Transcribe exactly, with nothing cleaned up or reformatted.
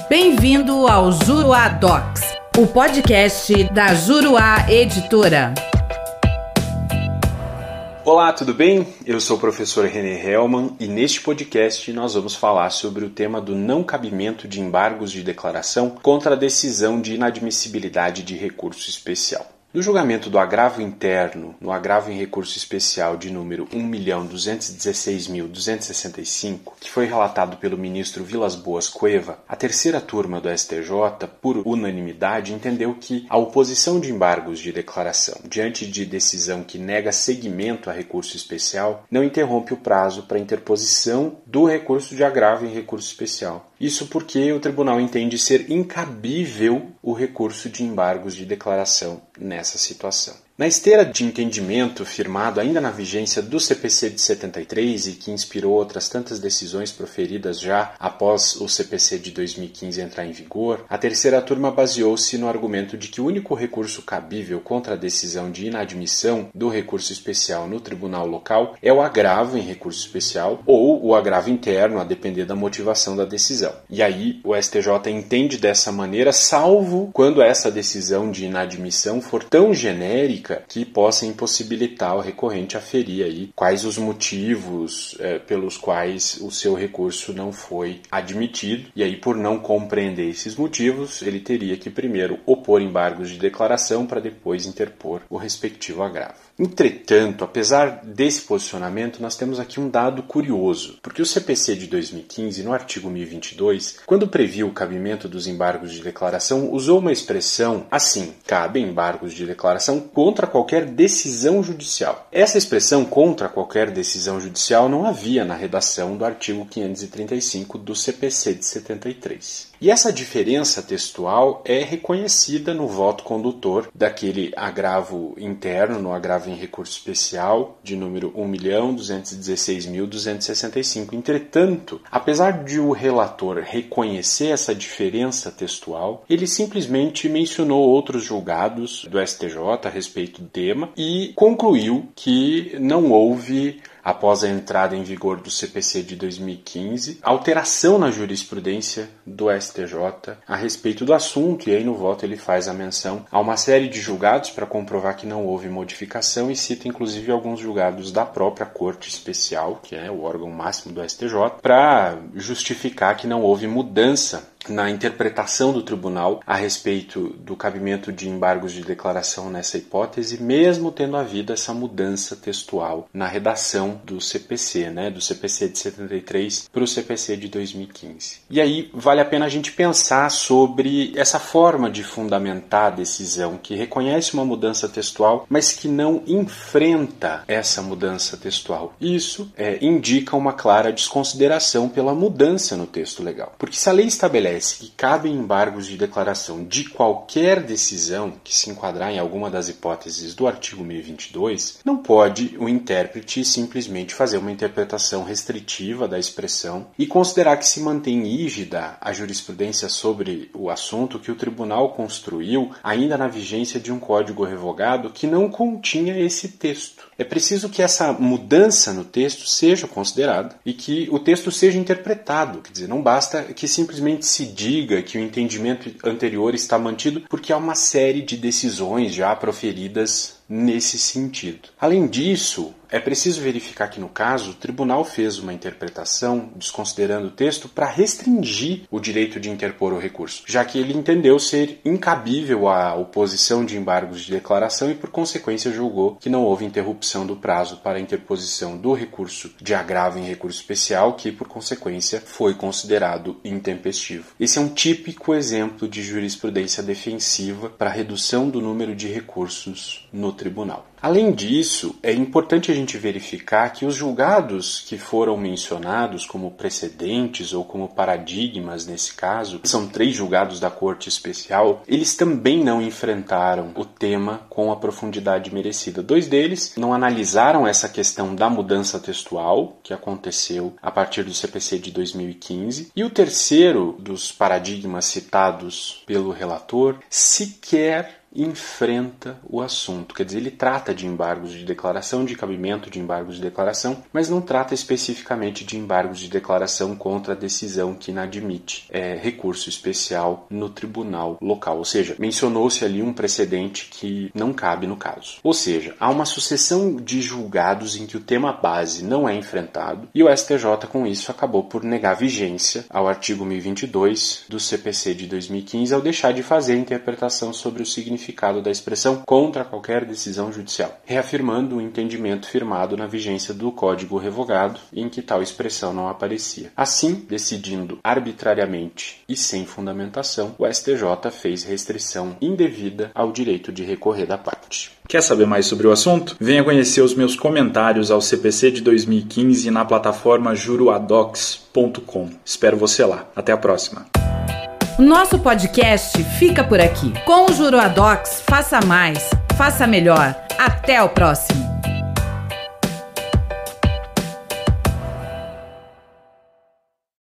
Bem-vindo ao Juruá Docs, o podcast da Juruá Editora. Olá, tudo bem? Eu sou o professor René Hellmann e neste podcast nós vamos falar sobre o tema do não cabimento de embargos de declaração contra a decisão de inadmissibilidade de recurso especial. No julgamento do agravo interno, no agravo em recurso especial de número um milhão duzentos e dezesseis mil duzentos e sessenta e cinco, que foi relatado pelo ministro Vilas Boas Cueva, a terceira turma do S T J, por unanimidade, entendeu que a oposição de embargos de declaração diante de decisão que nega seguimento a recurso especial não interrompe o prazo para interposição do recurso de agravo em recurso especial. Isso porque o tribunal entende ser incabível o recurso de embargos de declaração nessa situação. Na esteira de entendimento firmado ainda na vigência do C P C de setenta e três e que inspirou outras tantas decisões proferidas já após o C P C de dois mil e quinze entrar em vigor, a terceira turma baseou-se no argumento de que o único recurso cabível contra a decisão de inadmissão do recurso especial no tribunal local é o agravo em recurso especial ou o agravo interno, a depender da motivação da decisão. E aí o S T J entende dessa maneira, salvo quando essa decisão de inadmissão for tão genérica que possa impossibilitar o recorrente aferir aí quais os motivos é, pelos quais o seu recurso não foi admitido. E aí, por não compreender esses motivos, ele teria que primeiro opor embargos de declaração para depois interpor o respectivo agravo. Entretanto, apesar desse posicionamento, nós temos aqui um dado curioso, porque o C P C de dois mil e quinze, no artigo mil e vinte e dois, quando previu o cabimento dos embargos de declaração, usou uma expressão assim: cabem embargos de declaração contra qualquer decisão judicial. Essa expressão contra qualquer decisão judicial não havia na redação do artigo quinhentos e trinta e cinco do C P C de setenta e três. E essa diferença textual é reconhecida no voto condutor daquele agravo interno, no agravo em recurso especial, de número um milhão duzentos e dezesseis mil duzentos e sessenta e cinco. Entretanto, apesar de o relator reconhecer essa diferença textual, ele simplesmente mencionou outros julgados do S T J a respeito do tema e concluiu que não houve, após a entrada em vigor do C P C de dois mil e quinze, alteração na jurisprudência do S T J a respeito do assunto, e aí no voto ele faz a menção a uma série de julgados para comprovar que não houve modificação e cita inclusive alguns julgados da própria Corte Especial, que é o órgão máximo do S T J, para justificar que não houve mudança na interpretação do tribunal a respeito do cabimento de embargos de declaração nessa hipótese, mesmo tendo havido essa mudança textual na redação do C P C, né, do C P C de setenta e três para o C P C de dois mil e quinze. E aí vale a pena a gente pensar sobre essa forma de fundamentar a decisão que reconhece uma mudança textual, mas que não enfrenta essa mudança textual. Isso é, indica uma clara desconsideração pela mudança no texto legal. Porque se a lei estabelece que cabem embargos de declaração de qualquer decisão que se enquadrar em alguma das hipóteses do artigo mil e vinte e dois, não pode o intérprete simplesmente fazer uma interpretação restritiva da expressão e considerar que se mantém rígida a jurisprudência sobre o assunto que o tribunal construiu ainda na vigência de um código revogado que não continha esse texto. É preciso que essa mudança no texto seja considerada e que o texto seja interpretado. Quer dizer, não basta que simplesmente se diga que o entendimento anterior está mantido, porque há uma série de decisões já proferidas nesse sentido. Além disso, é preciso verificar que, no caso, o tribunal fez uma interpretação, desconsiderando o texto, para restringir o direito de interpor o recurso, já que ele entendeu ser incabível a oposição de embargos de declaração e, por consequência, julgou que não houve interrupção do prazo para a interposição do recurso de agravo em recurso especial, que, por consequência, foi considerado intempestivo. Esse é um típico exemplo de jurisprudência defensiva para a redução do número de recursos no tribunal. Além disso, é importante a gente verificar que os julgados que foram mencionados como precedentes ou como paradigmas nesse caso, são três julgados da Corte Especial, eles também não enfrentaram o tema com a profundidade merecida. Dois deles não analisaram essa questão da mudança textual que aconteceu a partir do C P C de dois mil e quinze, e o terceiro dos paradigmas citados pelo relator sequer enfrenta o assunto. Quer dizer, ele trata de embargos de declaração, de cabimento de embargos de declaração, mas não trata especificamente de embargos de declaração contra a decisão que inadmite é, recurso especial no tribunal local. Ou seja, mencionou-se ali um precedente que não cabe no caso. Ou seja, há uma sucessão de julgados em que o tema base não é enfrentado e o S T J com isso acabou por negar vigência ao artigo mil e vinte e dois do C P C de dois mil e quinze ao deixar de fazer a interpretação sobre o significado da expressão contra qualquer decisão judicial, reafirmando o entendimento firmado na vigência do Código revogado em que tal expressão não aparecia. Assim, decidindo arbitrariamente e sem fundamentação, o S T J fez restrição indevida ao direito de recorrer da parte. Quer saber mais sobre o assunto? Venha conhecer os meus comentários ao C P C de dois mil e quinze na plataforma juruadocs ponto com. Espero você lá. Até a próxima. Nosso podcast fica por aqui. Com o Juruadocs, faça mais, faça melhor. Até o próximo.